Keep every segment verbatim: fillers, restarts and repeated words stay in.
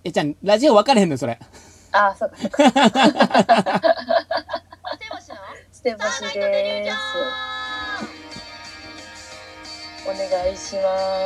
え、じゃあ、ラジオ分かれへんのよ、それ。 ああ、そうかそうか。ステボシのステボシでーす。お願いします。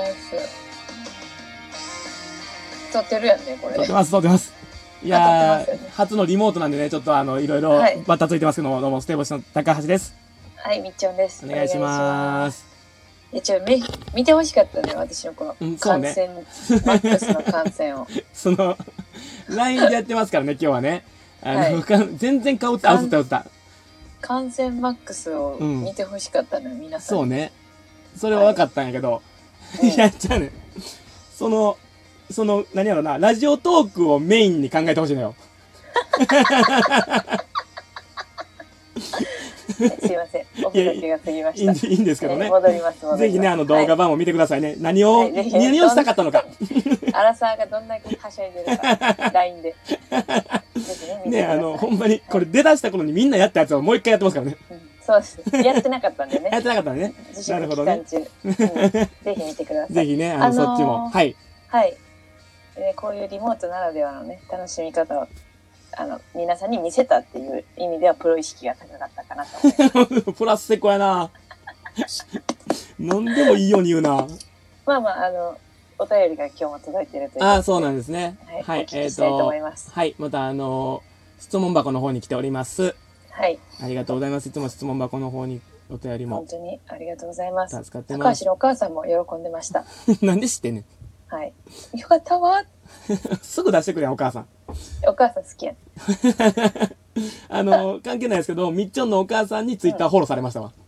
撮ってるやんね、これ。 撮ってます、撮ってます。いやー、ね、初のリモートなんでね、ちょっとあの、いろいろバタついてますけども、はい、どうも、ステボシの高橋です。 はい、みっちょんです。 お願いします。 え、ちょ、見、見てほしかったね、私のこの、うん、観戦、ね、マックスの観戦を。 その、ライン でやってますからね、今日はね。あの、はい、全然顔映った、映った、映った。 観戦マックスを見てほしかったのよ、うん、皆さん。 そうね。それは分かったんやけど、はい、いやっちゃうね。その、その、何やろな、ラジオトークをメインに考えてほしいのよ。 すいません。おふざけが過ぎました。 いいんですけどね。 戻ります、戻ります。 ぜひね、あの動画版を見てくださいね。はい、何を、はい、何をしたかったのか。 アラサーがどんだけはしゃいでるか、ライン で。 ね、あの、ほんまに、これ出だした頃にみんなやったやつをもう一回やってますからね。 うん、そうです。やってなかったんでね。 やってなかったんでね。 なるほどね。うん。ぜひ見てください。 ぜひね、あの、そっちも。はい。 はい。で、こういうリモートならではのね、楽しみ方を、あの、皆さんに見せたっていう意味ではプロ意識が高かったかなと思います。 プラスセコやな。何でもいいように言うな。 まあまあ、あの、お便りが今日も届いてるということで。 ああ、そうなんですね。 はい。はい、お聞きしたいと思います。 えー、はい。また、あの、質問箱の方に来ております。 はい。 ありがとうございます。いつも質問箱の方にお便りも。 本当にありがとうございます。 助かってます。 高橋のお母さんも喜んでました。 なんで知ってんねん。 はい。よかったわ。 すぐ出してくれやん、お母さん。 お母さん好きやん。 あの、関係ないですけど、みっちょんのお母さんにツイッターフォローされましたわ。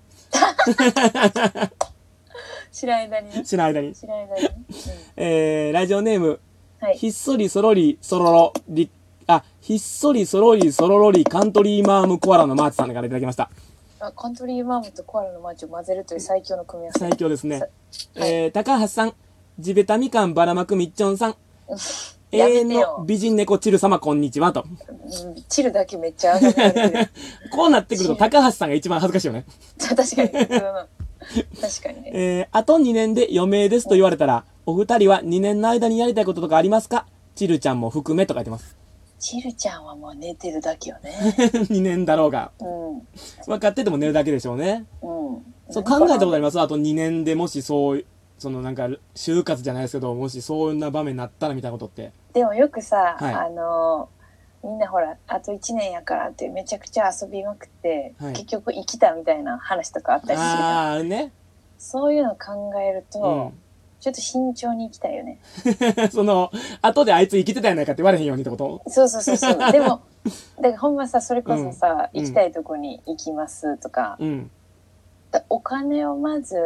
知らん間にね。 知らん間に。 知らん間に、ね。うん、 えー、ラジオネーム、 はい、 ひっそりそろりそろろり、あ、ひっそりそろりそろろりカントリーマームコアラのマーチさんからいただきました。 あ、カントリーマームとコアラのマーチを混ぜるという最強の組み合わせ。 最強ですね。はい、えー、高橋さん、地べたみかんばらまくみっちょんさん。永遠の美人猫チル様こんにちはと。 チルだけめっちゃ上がってる。 こうなってくると高橋さんが一番恥ずかしいよね。 確かに。確かにね。 えー、あとにねんで余命ですと言われたら、お二人はにねんの間にやりたいこととかありますか？チルちゃんも含めと書いてます。 チルちゃんはもう寝てるだけよね。 にねんだろうが。 うん。 分かってても寝るだけでしょうね。 うん。 そう考えたことあります？あとにねんでもしそう、そのなんか、就活じゃないですけど、もしそんな場面になったらみたいなことって。 でもよくさ、 はい、 あのみんなほらあといちねんやからってめちゃくちゃ遊びまくって、はい、結局生きたみたいな話とかあったりするじゃん。 ああね。 そういうのを考えると、うん、ちょっと慎重に生きたいよね。 その後であいつ生きてたやないかって言われへんようにってこと？ そうそうそうそう。でもだからほんまさそれこそさ、うん、行きたいとこに行きますとか、うん、だお金をまず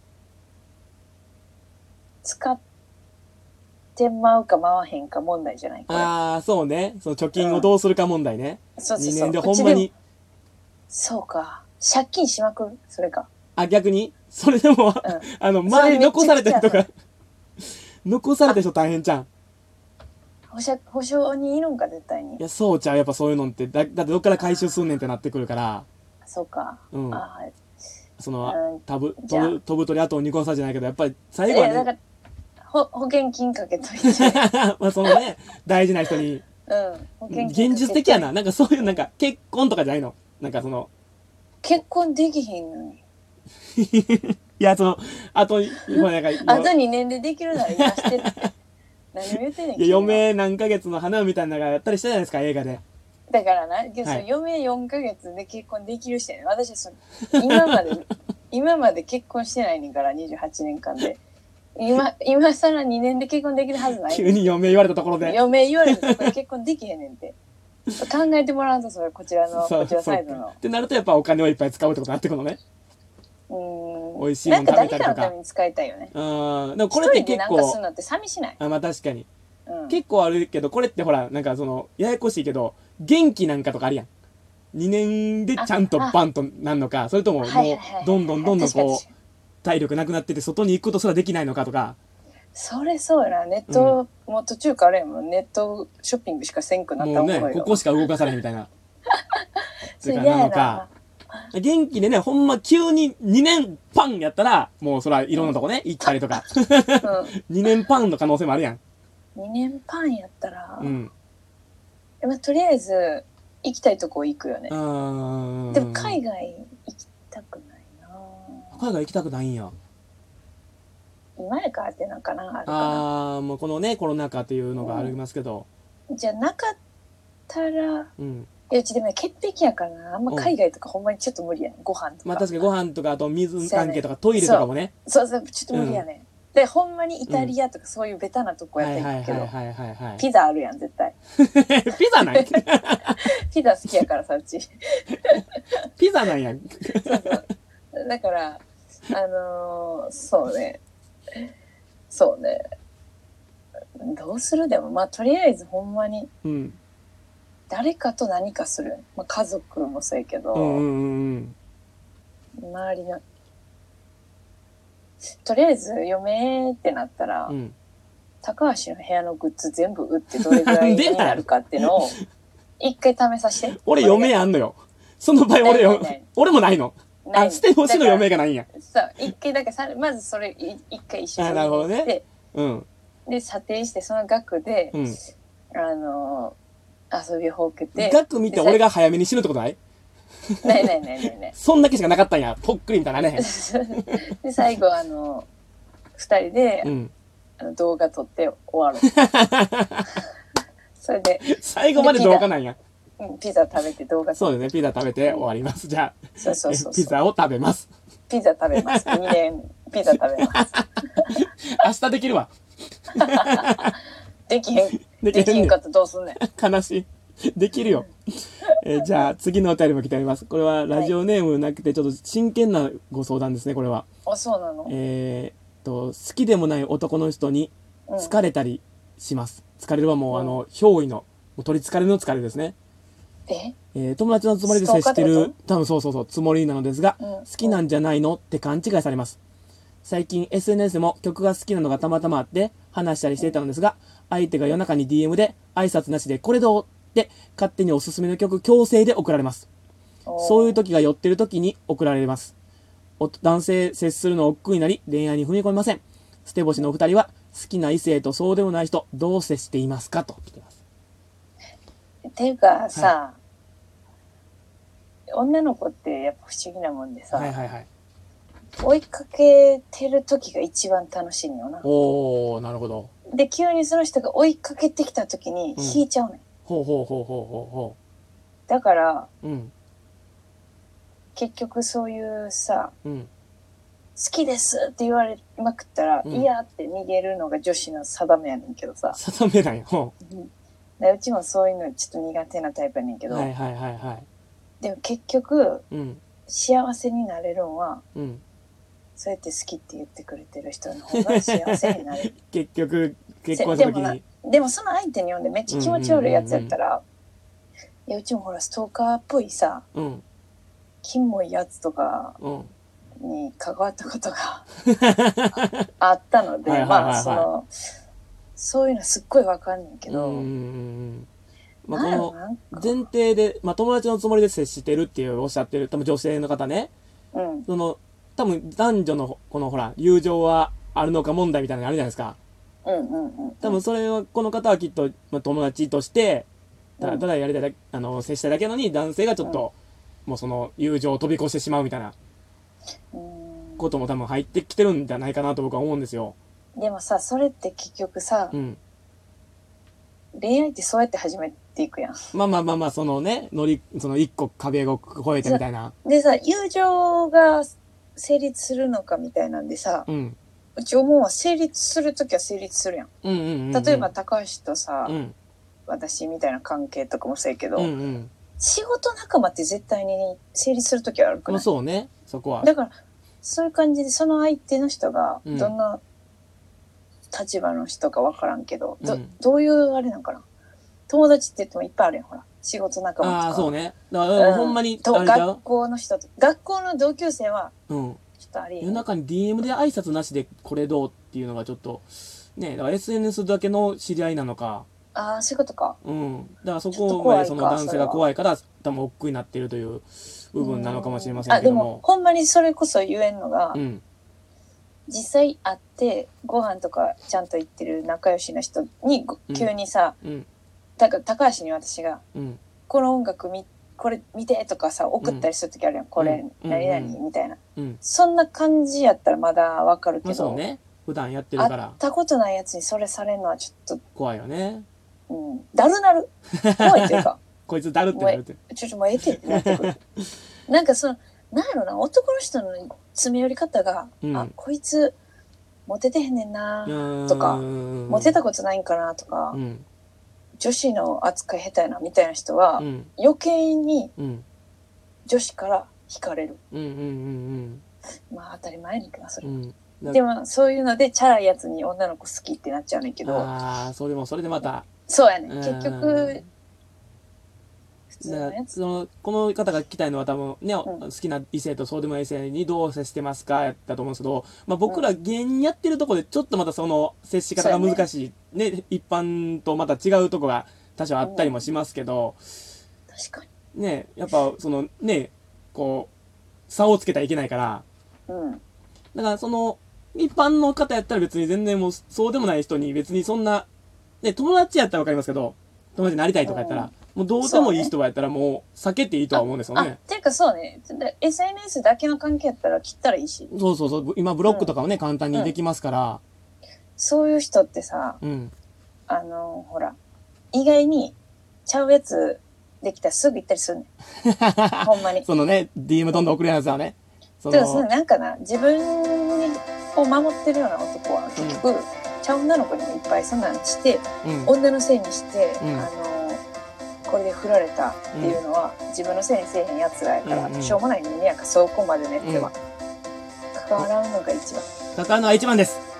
使ってまうかまわへんか問題じゃないか。 ああ、そうね。その貯金をどうするか問題ね。 うん、そうそうそう。 にねんでほんまに。 そうか。借金しまくるそれか。 あ、逆にそれでも、うん、あの、周り残された人が、残された人大変じゃん。 保証、保証にいるんか、絶対に。 いや、そうちゃう。やっぱそういうのって。だ、だってどっから回収すんねんってなってくるから。 そうか。 うん。あその、 うん、 飛ぶ、飛ぶ、飛ぶ鳥後をにこさじゃないけど、やっぱり最後はね。 なんかほ保険金かけといて。 まあそのね、大事な人に。 うん。保険金。現実的やな。なんかそういうなんか結婚とかじゃないの。なんかその。 結婚できひんのに。 いや、その、あと、 今なんか。あとにねんでできるなら今してって。何を言ってんねん。 いや、余命何ヶ月の花みたいなのがやったりしたじゃないですか、映画で。 だからな、はい、余命よんかげつで結婚できるしてね。私はそ今まで、今まで結婚してないねんから、にじゅうはちねんかんで。今、今更にねんで結婚できるはずない。 急に余命言われたところで。 余命言われたところで結婚できへんねんって。考えてもらうと、それ、こちらの、こちらサイドの。 ってなると、やっぱお金をいっぱい使うってことになってくるのね。 うん。 美味しいもの食べたりとか。 なんか誰かのために使いたいよね。 うん。でもこれって結構。一人でなんかするのって寂しない。 あ、まあ確かに。うん、結構あるけど、これってほら、なんかその、ややこしいけど、元気なんかとかあるやん。にねんでちゃんとバンとなんのか、それとももう、どんどんどんどんこう、体力なくなってて、外に行くことすらできないのかとか。 それそうやな。ネット、うん、もう途中からやもん。ネットショッピングしかせんくなったもんね。 もうね、ここしか動かされへんみたいな。それなのか。元気でね、ほんま急ににねんパンやったら、もうそらいろんなとこね、行ったりとか。にねんパンの可能性もあるやん。 にねんパンやったら、 うんまあ、とりあえず行きたいとこ行くよね。 あーでも海外行きたくないな。 海外行きたくないんや。 今やからってなんかなあるかな。 ああもうこのねコロナ禍っていうのがありますけど、 じゃあなかったら、 うんいやうちでもね潔癖やからな、あんま海外とかほんまにちょっと無理やね、ご飯とか。 まあ確かにご飯とかあと水関係とかトイレとかもね。 そうそうちょっと無理やね、うん、でほんまにイタリアとかそういうベタなとこやってんけど、ピザあるやん絶対。 ピザないピザ好きやからさうちピザなんやそうそうだからあのー、そうねそうねどうするでもまあとりあえずほんまに誰かと何かする、まあ、家族もそうやけど、うんうんうん、周りのとりあえず嫁ってなったら、うん、高橋の部屋のグッズ全部売ってどれぐらいになるかっていうのを一回試させて。 俺嫁あんのよ。その場合俺よ俺もないの。あ、捨て干しの嫁がないんや。 そう一回だからまずそれ一回一緒にして、 なるほどね、うん、 で査定してその額で、うん、あの遊びほうけて額見て俺が早めに死ぬってことない？ ないないないないない。 そんだけしかなかったんや。ぽっくりみたいなね。 で最後あの二人で、うん、あの動画撮って終わる。それで最後まで動画なんや。 うん、ピザ食べて動画撮って。 そうですね。ピザ食べて終わります。じゃあそうそうそうそうピザを食べます。 ピザ食べます。にねんピザ食べます。 明日できるわ。 できへん。できへんかったらどうすんねん。 悲しい。できるよ。えー、じゃあ次のお便りも来ております。これはラジオネームなくてちょっと真剣なご相談ですね。これは。 あ、そうなの。 えー、と好きでもない男の人に疲れたりします。うん、疲れるはもう、うん、あの憑依のもう取りつかれの疲れですね。 ええー、友達のつもりで接してる多分そうそうそうつもりなのですが、うん、好きなんじゃないのって勘違いされます。最近 エスエヌエス でも曲が好きなのがたまたまあって話したりしていたのですが、相手が夜中に ディーエム で挨拶なしでこれどうって勝手におすすめの曲強制で送られます。そういう時が酔ってる時に送られます。男性接するの億劫になり恋愛に踏み込めません。捨て星のお二人は好きな異性とそうでもない人どう接していますかと来てます。 っていうかさ、はい、女の子ってやっぱ不思議なもんでさ、 はいはいはい、 追いかけてる時が一番楽しいのよな。 おー、なるほど。 で急にその人が追いかけてきた時に引いちゃうね、うん、 ほうほうほうほうほうほう。だから、 うん、 結局そういうさ、 うん、 好きですって言われまくったら、うん、いやって逃げるのが女子の定めやねんけどさ。 定めなんや。ほう、うん、でうちもそういうのちょっと苦手なタイプやねんけど、 はいはいはいはい、 でも結局、 うん、 幸せになれるのは、 うん、 そうやって好きって言ってくれてる人の方が幸せになれる。 結局結婚した時にでもその相手に読んでめっちゃ気持ち悪いやつやったら、うんうんうんうん、いやうちもほらストーカーっぽいさ、 うん、 キモいやつとかに関わったことがあったので、はいはいはいはい、まあそのそういうのすっごいわかんないけど、うんうんうん、 まあ、この前提で、まあ、友達のつもりで接してるっていうおっしゃってる多分女性の方ね、 うん、 その多分男女のこのほら友情はあるのか問題みたいなのがあるじゃないですか。 うんうんうん、 多分それはこの方はきっと、まあ、友達としてただただやりたいだけ、あの接したいだけのに男性がちょっと、うん、もうその友情を飛び越してしまうみたいなことも多分入ってきてるんじゃないかなと僕は思うんですよ。 でもさそれって結局さ、 うん、 恋愛ってそうやって始めていくやん。 まあまあまあまあそのね乗りその一個壁を越えてみたいなでさ友情が成立するのかみたいなんでさ、 うん、 うち思うは成立するときは成立するやん。 うんうんうんうん、 例えば高橋とさ、 うん、 私みたいな関係とかもそうやけど、 うんうん、 仕事仲間って絶対に成立するときはあるくない？ そうね、そこは。 だからそういう感じでその相手の人がどんな立場の人か分からんけど、うん、ど, どういうあれなんかな。友達って言ってもいっぱいあるやんほら。仕事仲間とか。 ああそうね。だから、うん、ほんまにと学校の人と学校の同級生は、 うん、 ちょっとありえん。 夜中に ディーエム で挨拶なしでこれどうっていうのがちょっとね、だから エスエヌエス だけの知り合いなのか。 ああそういうことか。 うん。だからそこまでその男性が怖いから多分億劫になっているという部分なのかもしれませんけども。 あでもほんまにそれこそ言えんのが、 うん、 実際会ってご飯とかちゃんと行ってる仲良しな人にごうん急にさ、 うんだから高橋に私がうんこの音楽みこれ見てとかさ送ったりする時あるやん、これうん何々 うんみたいな、 うんそんな感じやったらまだわかるけど、 まあそうね普段やってる会からったことないやつにそれされるのはちょっと、 怖いよねうん、だるなる怖いっていうかこいつだるってなるってちょちょもうええってってなってくるなんかそのなんやろな男の人の詰め寄り方が、 うんあこいつモテてへんねんなととかモテたことないんかなとか、 うん女子の扱い下手やなみたいな人は、 うん余計にうん女子から惹かれる。 うんうんうんまあ当たり前やねんけどなそれ、 うんうんでもそういうのでチャラいやつに女の子好きってなっちゃうねんけど、 ああそれもそれでまたそうやねんうん結局普通だからのやつ、 そのこの方が聞きたいのは多分ね、 ん好きな異性とそうでもない異性にどう接してますかやったと思うんですけど、まあ、僕ら芸人やってるとこでちょっとまたその接し方が難しいね一般とまた違うとこが多少あったりもしますけど、 確かねやっぱそのねこう差をつけたらいけないからにうんだからその一般の方やったら別に全然もうそうでもない人に別にそんなね友達やったらわかりますけど友達になりたいとかやったら、 うんもうどうでもいい人やったらもう避けていいとは思うんですよあね。 ていうかそうねで エスエヌエス だけの関係やったら切ったらいいし、 そうそうそう今ブロックとかもね、簡単にできますからそういう人ってさうんあのほら意外にちゃうやつできたらすぐ行ったりするねんほんまに。 そのね ディーエム どんどん送るやつはねそだからそののなんかな自分を守ってるような男は結局、ちゃう女の子にもいっぱいそんなんして、 うん女のせいにして、 うんあのこれで振られたっていうのは、自分のせいにせえへんやつらやから、 うんうんしょうもない人間やからそこまでのやつは、関わらんのが一番。 関わるのが一番です